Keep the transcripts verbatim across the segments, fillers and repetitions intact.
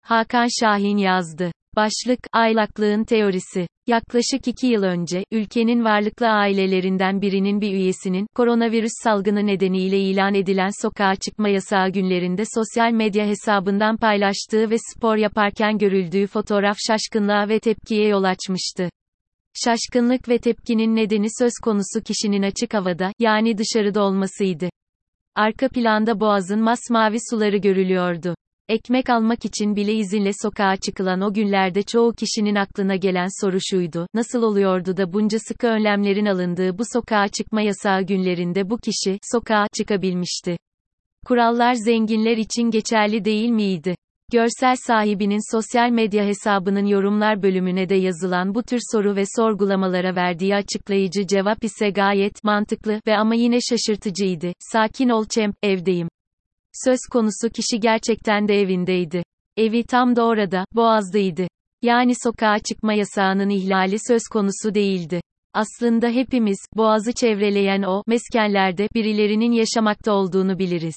Hakan Şahin yazdı. Başlık, aylaklığın teorisi. Yaklaşık iki yıl önce, ülkenin varlıklı ailelerinden birinin bir üyesinin, koronavirüs salgını nedeniyle ilan edilen sokağa çıkma yasağı günlerinde sosyal medya hesabından paylaştığı ve spor yaparken görüldüğü fotoğraf şaşkınlığa ve tepkiye yol açmıştı. Şaşkınlık ve tepkinin nedeni söz konusu kişinin açık havada, yani dışarıda olmasıydı. Arka planda Boğaz'ın masmavi suları görülüyordu. Ekmek almak için bile izinle sokağa çıkılan o günlerde çoğu kişinin aklına gelen soru şuydu: nasıl oluyordu da bunca sıkı önlemlerin alındığı bu sokağa çıkma yasağı günlerinde bu kişi, sokağa çıkabilmişti? Kurallar zenginler için geçerli değil miydi? Görsel sahibinin sosyal medya hesabının yorumlar bölümüne de yazılan bu tür soru ve sorgulamalara verdiği açıklayıcı cevap ise gayet mantıklı ve ama yine şaşırtıcıydı. Sakin ol Cem, evdeyim. Söz konusu kişi gerçekten de evindeydi. Evi tam da orada, Boğaz'daydı. Yani sokağa çıkma yasağının ihlali söz konusu değildi. Aslında hepimiz, Boğaz'ı çevreleyen o meskenlerde birilerinin yaşamakta olduğunu biliriz.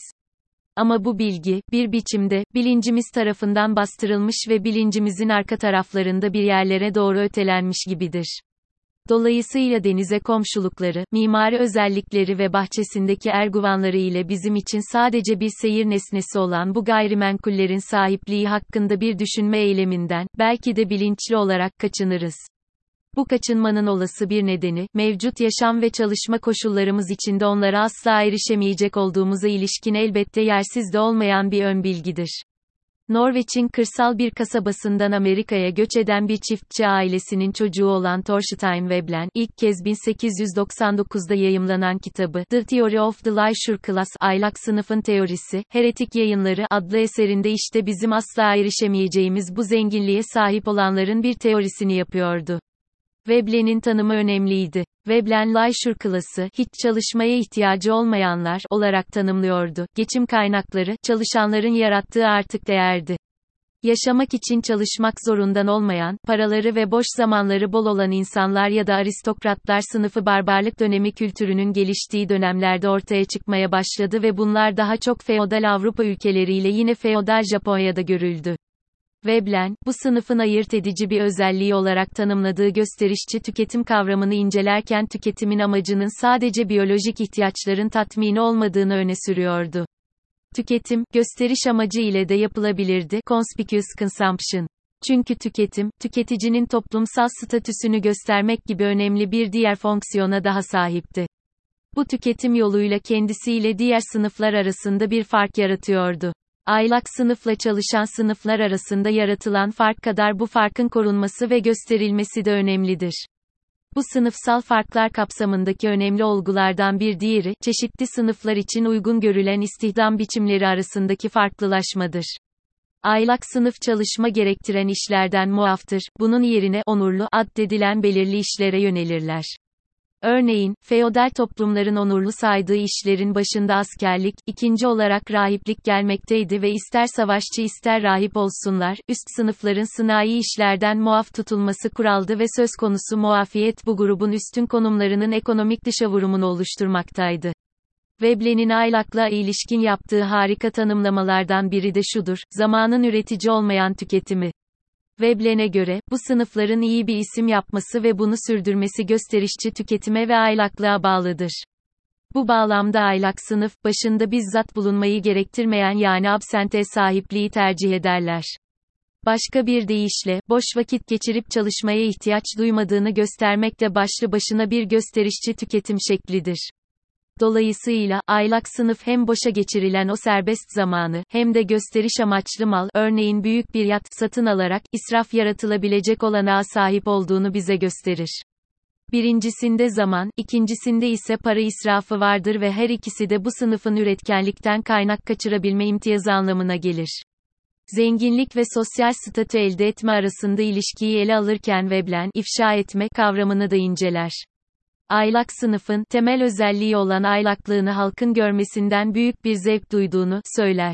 Ama bu bilgi, bir biçimde, bilincimiz tarafından bastırılmış ve bilincimizin arka taraflarında bir yerlere doğru ötelenmiş gibidir. Dolayısıyla denize komşulukları, mimari özellikleri ve bahçesindeki erguvanları ile bizim için sadece bir seyir nesnesi olan bu gayrimenkullerin sahipliği hakkında bir düşünme eyleminden, belki de bilinçli olarak kaçınırız. Bu kaçınmanın olası bir nedeni, mevcut yaşam ve çalışma koşullarımız içinde onlara asla erişemeyecek olduğumuza ilişkin elbette yersiz de olmayan bir önbilgidir. Norveç'in kırsal bir kasabasından Amerika'ya göç eden bir çiftçi ailesinin çocuğu olan Thorstein Veblen, ilk kez bin sekiz yüz doksan dokuzda yayımlanan kitabı, The Theory of the Leisure Class, Aylak Sınıfın Teorisi, Heretik Yayınları adlı eserinde işte bizim asla erişemeyeceğimiz bu zenginliğe sahip olanların bir teorisini yapıyordu. Veblen'in tanımı önemliydi. Veblen leisure class'ı, hiç çalışmaya ihtiyacı olmayanlar olarak tanımlıyordu. Geçim kaynakları, çalışanların yarattığı artık değerdi. Yaşamak için çalışmak zorundan olmayan, paraları ve boş zamanları bol olan insanlar ya da aristokratlar sınıfı barbarlık dönemi kültürünün geliştiği dönemlerde ortaya çıkmaya başladı ve bunlar daha çok feodal Avrupa ülkeleriyle yine feodal Japonya'da görüldü. Veblen, bu sınıfın ayırt edici bir özelliği olarak tanımladığı gösterişçi tüketim kavramını incelerken tüketimin amacının sadece biyolojik ihtiyaçların tatmini olmadığını öne sürüyordu. Tüketim, gösteriş amacı ile de yapılabilirdi, conspicuous consumption. Çünkü tüketim, tüketicinin toplumsal statüsünü göstermek gibi önemli bir diğer fonksiyona daha sahipti. Bu tüketim yoluyla kendisiyle diğer sınıflar arasında bir fark yaratıyordu. Aylak sınıfla çalışan sınıflar arasında yaratılan fark kadar bu farkın korunması ve gösterilmesi de önemlidir. Bu sınıfsal farklar kapsamındaki önemli olgulardan bir diğeri, çeşitli sınıflar için uygun görülen istihdam biçimleri arasındaki farklılaşmadır. Aylak sınıf çalışma gerektiren işlerden muaftır, bunun yerine onurlu addedilen belirli işlere yönelirler. Örneğin, feodal toplumların onurlu saydığı işlerin başında askerlik, ikinci olarak rahiplik gelmekteydi ve ister savaşçı ister rahip olsunlar, üst sınıfların sınai işlerden muaf tutulması kuraldı ve söz konusu muafiyet bu grubun üstün konumlarının ekonomik dışavurumunu oluşturmaktaydı. Veblen'in aylaklığa ilişkin yaptığı harika tanımlamalardan biri de şudur: zamanın üretici olmayan tüketimi. Veblen'e göre, bu sınıfların iyi bir isim yapması ve bunu sürdürmesi gösterişçi tüketime ve aylaklığa bağlıdır. Bu bağlamda aylak sınıf, başında bizzat bulunmayı gerektirmeyen yani absente sahipliği tercih ederler. Başka bir deyişle, boş vakit geçirip çalışmaya ihtiyaç duymadığını göstermek de başlı başına bir gösterişçi tüketim şeklidir. Dolayısıyla, aylak sınıf hem boşa geçirilen o serbest zamanı, hem de gösteriş amaçlı mal, örneğin büyük bir yat, satın alarak, israf yaratılabilecek olanağa sahip olduğunu bize gösterir. Birincisinde zaman, ikincisinde ise para israfı vardır ve her ikisi de bu sınıfın üretkenlikten kaynak kaçırabilme imtiyazı anlamına gelir. Zenginlik ve sosyal statü elde etme arasında ilişkiyi ele alırken Veblen, ifşa etme kavramını da inceler. Aylak sınıfın, temel özelliği olan aylaklığını halkın görmesinden büyük bir zevk duyduğunu söyler.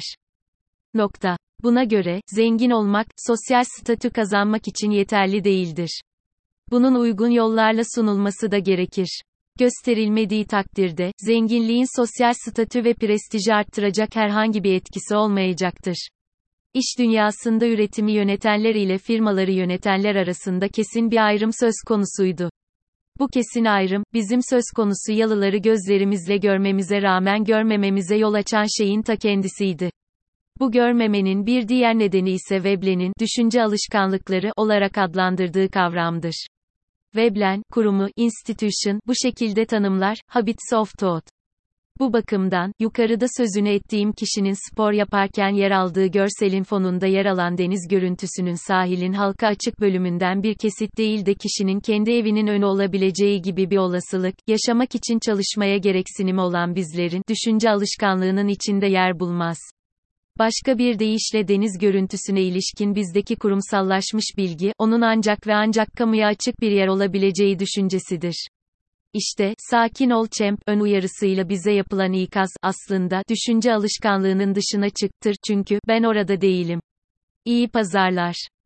Nokta. Buna göre, zengin olmak, sosyal statü kazanmak için yeterli değildir. Bunun uygun yollarla sunulması da gerekir. Gösterilmediği takdirde, zenginliğin sosyal statü ve prestiji arttıracak herhangi bir etkisi olmayacaktır. İş dünyasında üretimi yönetenler ile firmaları yönetenler arasında kesin bir ayrım söz konusuydu. Bu kesin ayrım, bizim söz konusu yalıları gözlerimizle görmemize rağmen görmememize yol açan şeyin ta kendisiydi. Bu görmemenin bir diğer nedeni ise Veblen'in düşünce alışkanlıkları olarak adlandırdığı kavramdır. Veblen, kurumu, institution, bu şekilde tanımlar, habits of thought. Bu bakımdan, yukarıda sözünü ettiğim kişinin spor yaparken yer aldığı görselin fonunda yer alan deniz görüntüsünün sahilin halka açık bölümünden bir kesit değil de kişinin kendi evinin önü olabileceği gibi bir olasılık, yaşamak için çalışmaya gereksinimi olan bizlerin, düşünce alışkanlığının içinde yer bulmaz. Başka bir deyişle deniz görüntüsüne ilişkin bizdeki kurumsallaşmış bilgi, onun ancak ve ancak kamuya açık bir yer olabileceği düşüncesidir. İşte, sakin ol Champ, ön uyarısıyla bize yapılan ikaz, aslında, düşünce alışkanlığının dışına çıktır, çünkü, ben orada değilim. İyi pazarlar.